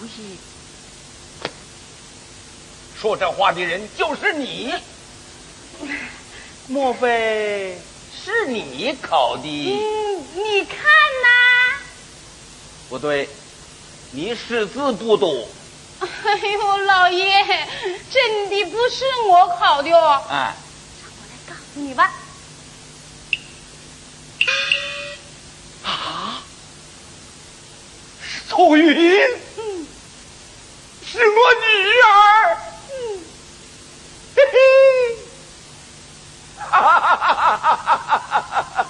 爷，说这话的人就是你，莫非是你考的？ 你看呐。 不对，你识字不多。 哎呦，老爷，真的不是我考的哦。 哎， 让我来告诉你吧。 啊，是楚云，是我女儿。嘿嘿，哈哈哈哈哈哈！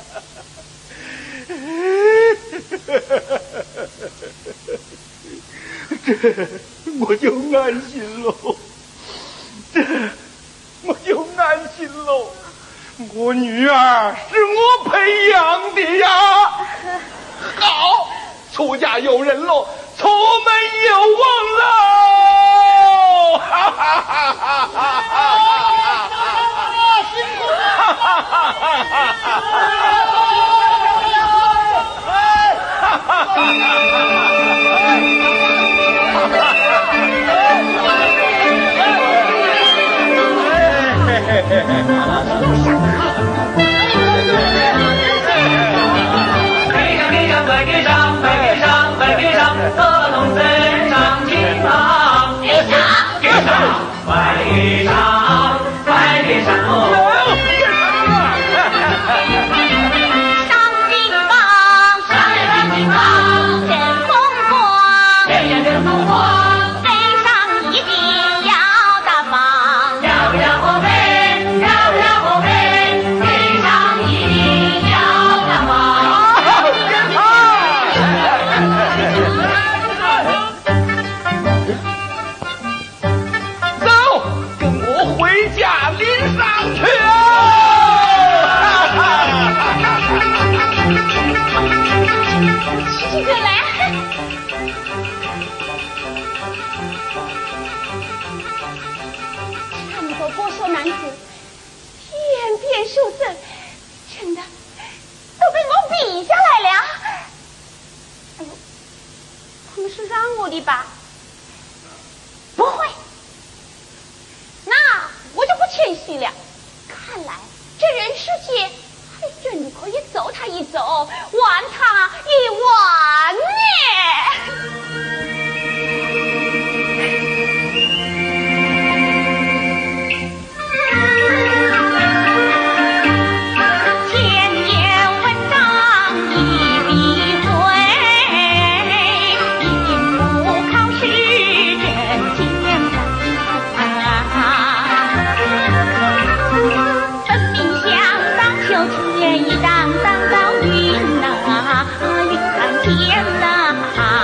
这我就安心喽，这我就安心喽。我女儿是我培养的呀。好，出家有人喽，出门有望喽！哈哈哈哈哈哈！辛苦了！哈哈哈哈哈哈！ 各同身上金榜，给上，快给上，快给上哦！ 上金榜，上金榜，真风光， 真风光， 背上一定要大方， 要后背，要后背，背上一定要大方。 回家领上去这个来，这么个国手男子，天边秀色，真的都被我比下来了。哎呦，他们是让我的吧？不会。那我就不谦虚了，看来这人世间还真的可以走他一走，玩他一玩呢。 千言文章一笔绘，一幕考试真简分明想当秋天一荡荡到云呐，云看天呐。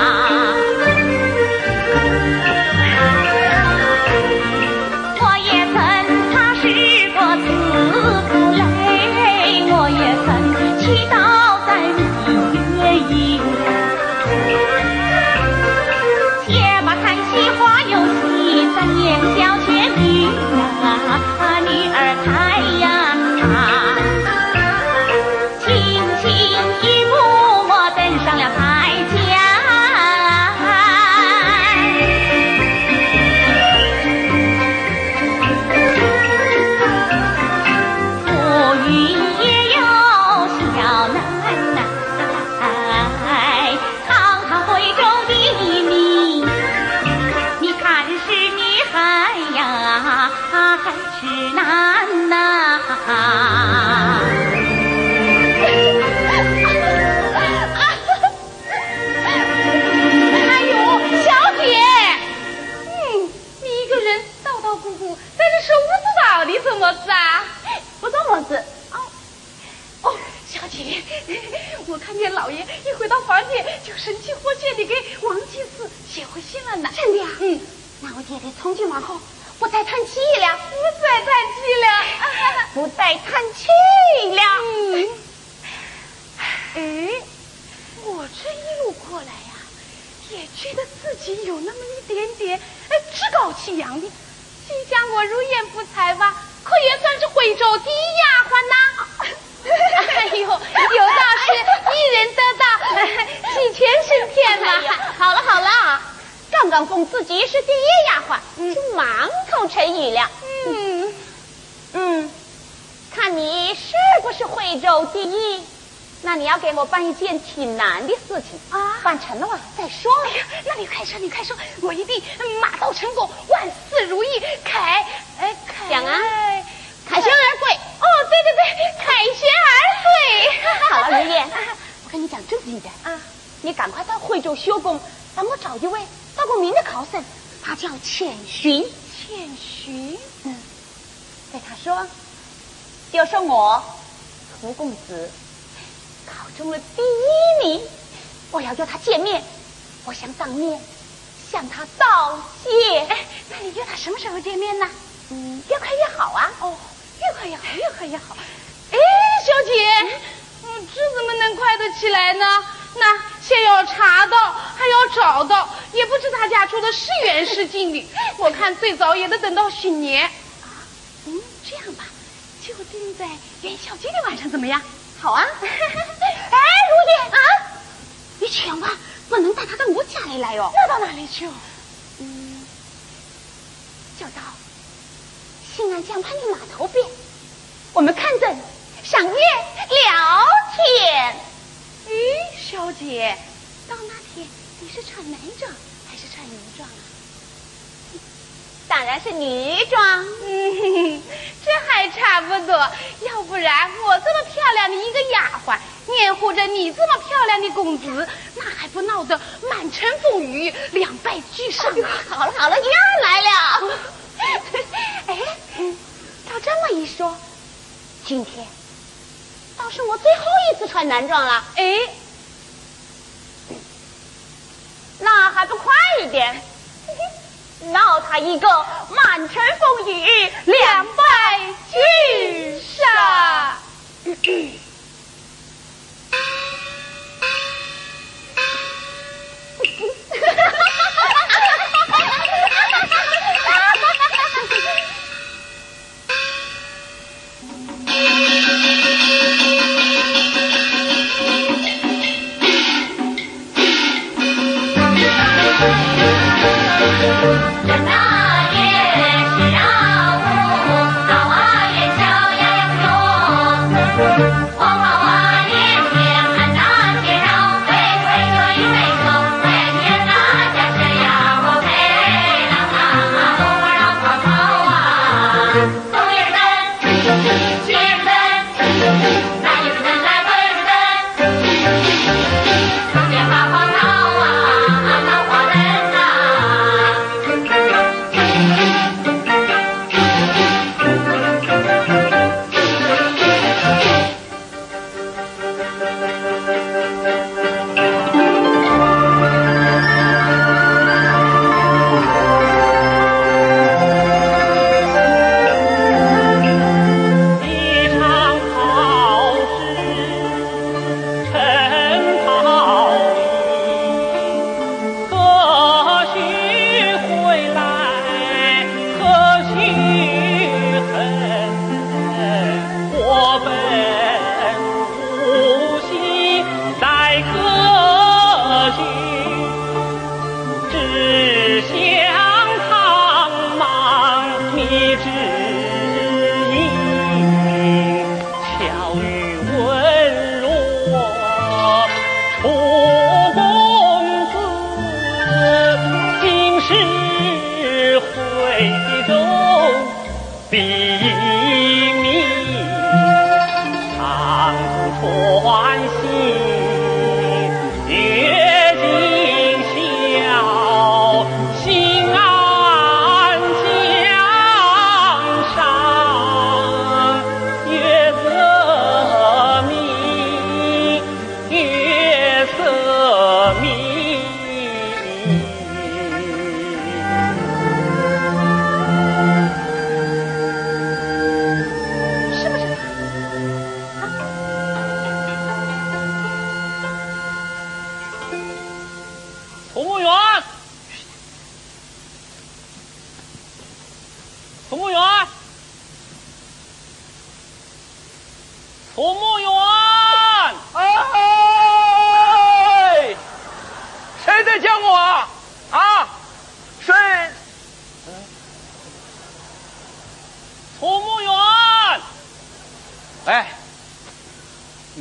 我也曾擦拭过此苦泪，我也曾祈祷在明月夜。且把看戏花游戏，咱言笑却比那女儿开呀，轻轻一步，我登上了台阶。浮云也有小奶奶，堂堂徽州第一名，你看是女孩呀，还是男呐？ 哎呦，小姐，你一个人叨叨咕咕，在这手不知道的怎么子啊？不做么子？哦，小姐，我看见老爷一回到房间就生气火燎的给王祭司写回信了呢。真的呀？那我姐姐从今往后不再叹气了，不再叹气了，不再叹气了。我这一路过来呀，也觉得自己有那么一点点趾高气扬的。谁讲我如烟不才吧，可也算是徽州第一丫鬟呐。哎呦，有道是一人得道，鸡犬升天嘛。好了好了， 刚封自己是第一丫鬟，就满口成语了。看你是不是惠州第一？那你要给我办一件挺难的事情啊！办成了再说。 哎呀，那你快说，我一定马到成功，万事如意， 讲啊，凯旋而归。 哦，对，凯旋而归。 好了，如燕，我跟你讲正经的啊，你赶快到惠州修宫，让我找一位报过名的考生，他叫钱寻。对他说，就是我涂公子考中了第一名，我要约他见面，我想当面向他道谢。 哎，那你约他什么时候见面呢？ 越快越好啊！ 哦，越快越好。哎，小姐，这怎么能快得起来呢？那先要查到，还要找到，也不知他家住的是远是近的。我看最早也得等到新年。这样吧，就定在元宵节的晚上，怎么样？ 好啊！哎，如燕啊，你千万不能带他到我家里来哦。 那到哪里去哦？ 就到新安江畔的码头边，我们看灯赏月聊天。 小姐，到那天你是穿男装还是穿女装啊？ 当然是女装。 这还差不多。要不然我这么漂亮的一个丫鬟，黏糊着你这么漂亮的公子，那还不闹得满城风雨，两败俱伤啊！ 好了，又来了。哎，照这么一说，今天倒是我最后一次穿男装了。 哎， 那还不快一点？闹他一个满城风雨，两败俱伤。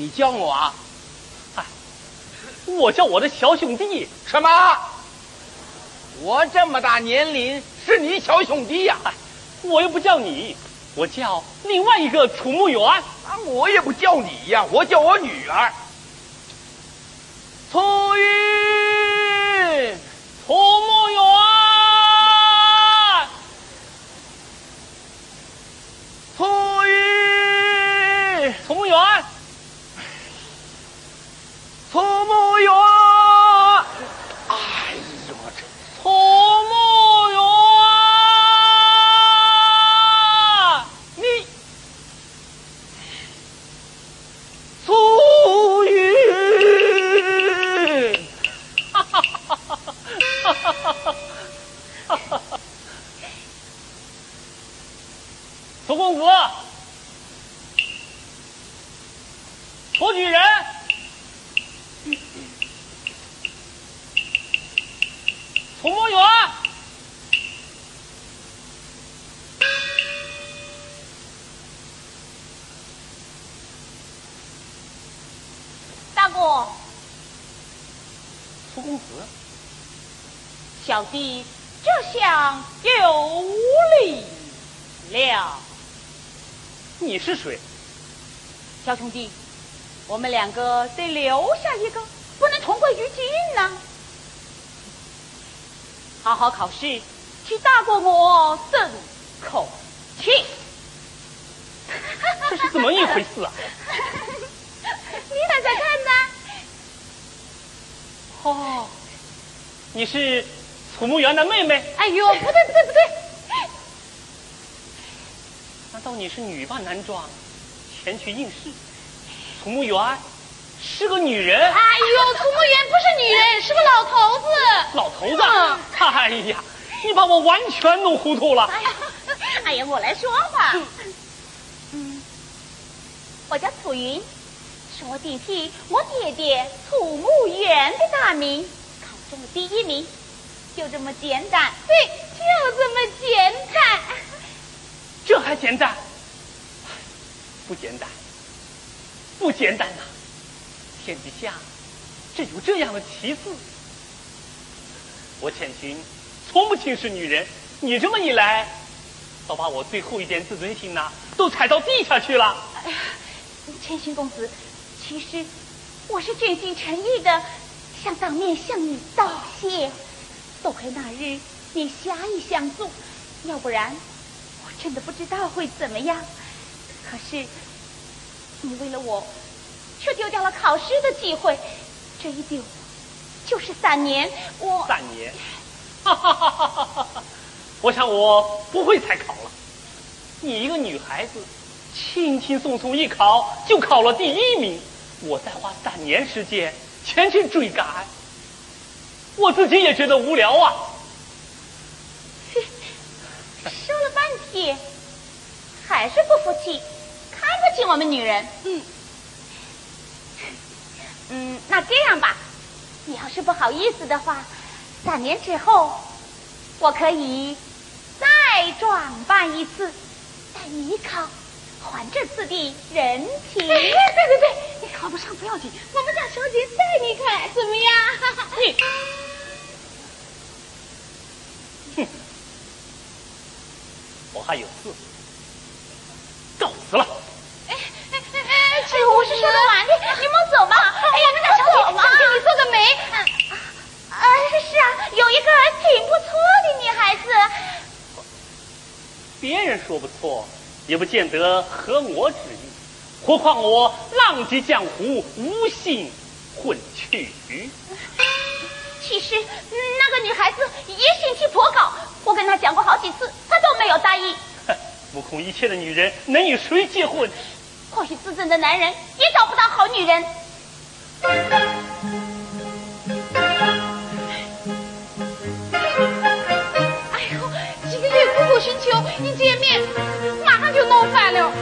你叫我啊？ 哎，我叫我的小兄弟。 什么？我这么大年龄是你小兄弟呀？ 哎，我又不叫你，我叫另外一个楚木园。 啊，我也不叫你呀，我叫我女儿。楚云， 楚木园， 楚云， 楚木园， 楚木园。哎呦，这楚木园， 你楚云， 哈哈哈哈哈哈！楚公子，楚举人，楚木园， 大哥， 楚公子， 小弟这厢有礼了。 你是谁？ 小兄弟，我们两个得留下一个，不能同归于尽呐。好好考试，替大哥我争口气。 这是怎么一回事啊？ 你还在看呢？ 哦，你是楚木园的妹妹？ 哎呦，不对不对不对！ 难道你是女扮男装前去应试？楚木园是个女人？ 哎呦，楚木园不是女人，是个老头子。 老头子？哎呀，你把我完全弄糊涂了。 哎呀，我来说吧。我叫楚云，是我顶替我爹爹楚木园的大名，考中了第1名，就这么简单。 对，就这么简单。 这还简单？不简单，不简单呐！天底下真有这样的奇事。我千寻从不轻视女人，你这么一来，倒把我最后一点自尊心呐都踩到地下去了。 哎呀，千寻公子，其实我是真心诚意的想当面向你道谢，多亏那日你侠义相助，要不然我真的不知道会怎么样。可是你为了我却丢掉了考试的机会，这一丢就是3年。我 3年，哈哈哈哈哈哈！我想我不会再考了。你一个女孩子，轻轻松松一考就考了第1名，我再花3年时间前去追赶，我自己也觉得无聊啊。 说了半天，还是不服气，看不起我们女人。那这样吧，你要是不好意思的话，3年之后，我可以再装扮一次，带你一考，还这次的人情。对， 你考不上不要紧，我们家小姐带你考，怎么样？ 哼，我还有事，告辞了。 我是说得完的，你莫走嘛。哎呀，那小姐，想给你做个媒。是啊，有一个挺不错的女孩子。 别人说不错，也不见得合我旨意。何况我浪迹江湖，无心混取。 其实那个女孩子也心气颇高，我跟她讲过好几次，她都没有答应。 目空一切的女人能与谁结婚？ 或许自尊的男人也找不到好女人。 哎呦，几个月苦苦寻求，一见面马上就弄翻了。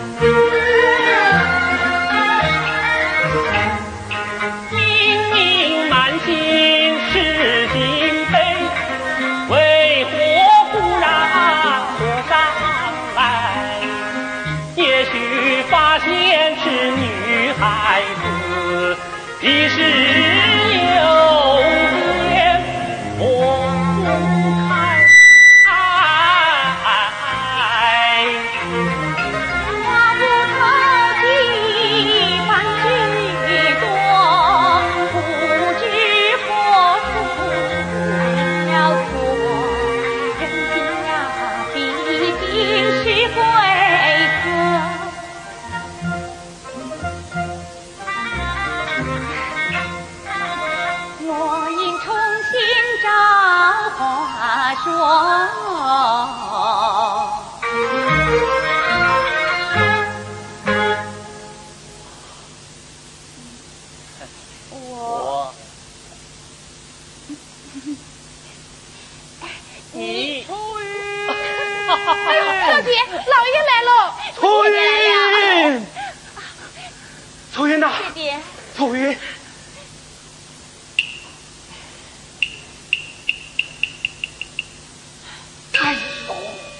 明明满心是敬佩，为何忽然哭上来？也许发现是女孩子小姐，老爷来了。 楚云，楚云呐， 爹爹， 楚云，哎呦，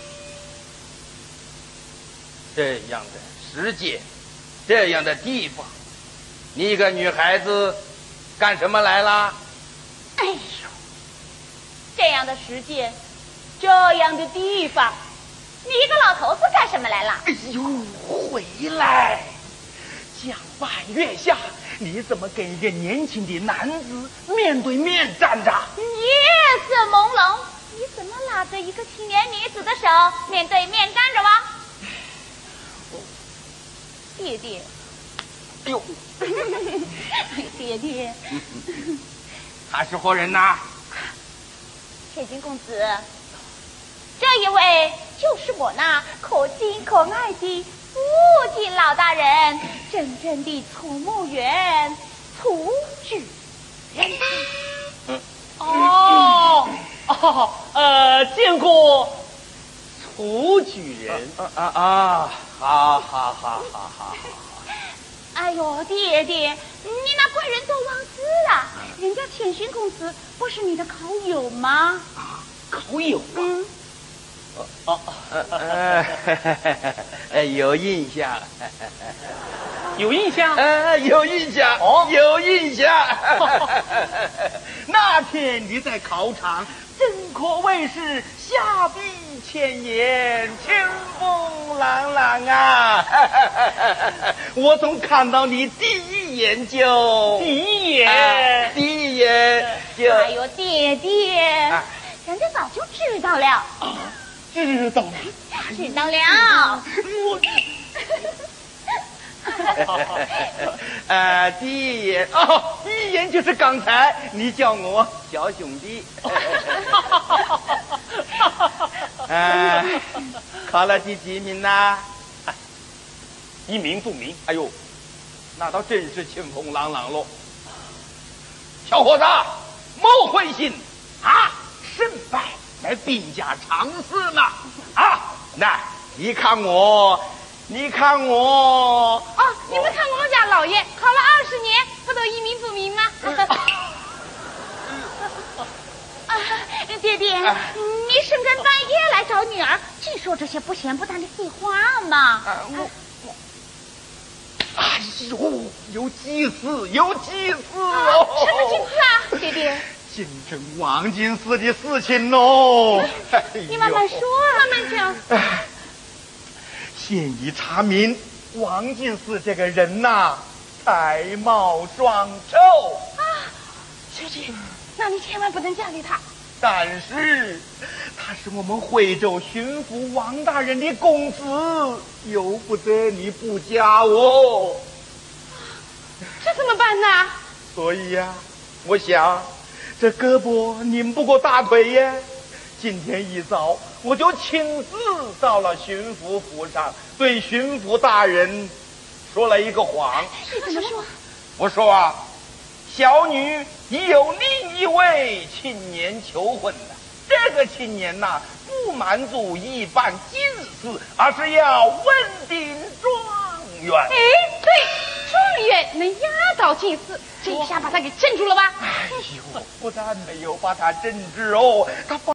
这样的世界，这样的地方，你一个女孩子干什么来了？ 哎呦，这样的世界，这样的地方，你一个老头子干什么来了？ 哎呦，回来！江半月下，你怎么跟一个年轻的男子面对面站着？ 夜色朦胧，你怎么拉着一个青年女子的手面对面站着哇？爹爹， 哎呦， 爹爹， 他是何人呐？ 千金公子，这一位就是我那可敬可爱的父亲老大人，真正的楚墓园楚举人。 见过楚举人好好好好好。 哎呦，爹爹，你那怪人都忘事了，人家千寻公子不是你的考友吗？ 考友啊？ 有印象， 有印象？ 有印象， 哦， 有印象。那天你在考场，真可谓是下笔千言，清风朗朗啊！我从看到你第一眼就， 第一眼就， 哎呦，爹爹，人家早就知道了。 知道了。 知道了。 第一眼就是刚才你叫我小兄弟。考了第几名呐？ 一名不明。 哎呦，那倒真是清风朗朗喽。小伙子，莫灰心啊，胜败乃兵家常事嘛。那你看我。 你们看我们家老爷考了20年，不都一名不明吗？ 爹爹，你深更半夜来找女儿，净说这些不咸不淡的废话嘛。 哎呦，有急事哦！ 什么急事啊，爹爹？ 京城王进寺的事情喽。 你慢慢说，慢慢讲。 现已查明，王进寺这个人呐，才貌双丑学姐，那你千万不能嫁给他。 但是他是我们惠州巡抚王大人的公子，由不得你不嫁哦。 这怎么办呢？ 所以呀，我想这胳膊拧不过大腿呀。今天一早，我就亲自到了巡抚府上，对巡抚大人说了一个谎。 你怎么说？ 我说小女已有另一位青年求婚了。这个青年呐，不满足一般进士，而是要问鼎状元。 哎，对，状元能压倒进士，这一下把他给镇住了吧？ 哎呦，不但没有把他镇住哦，他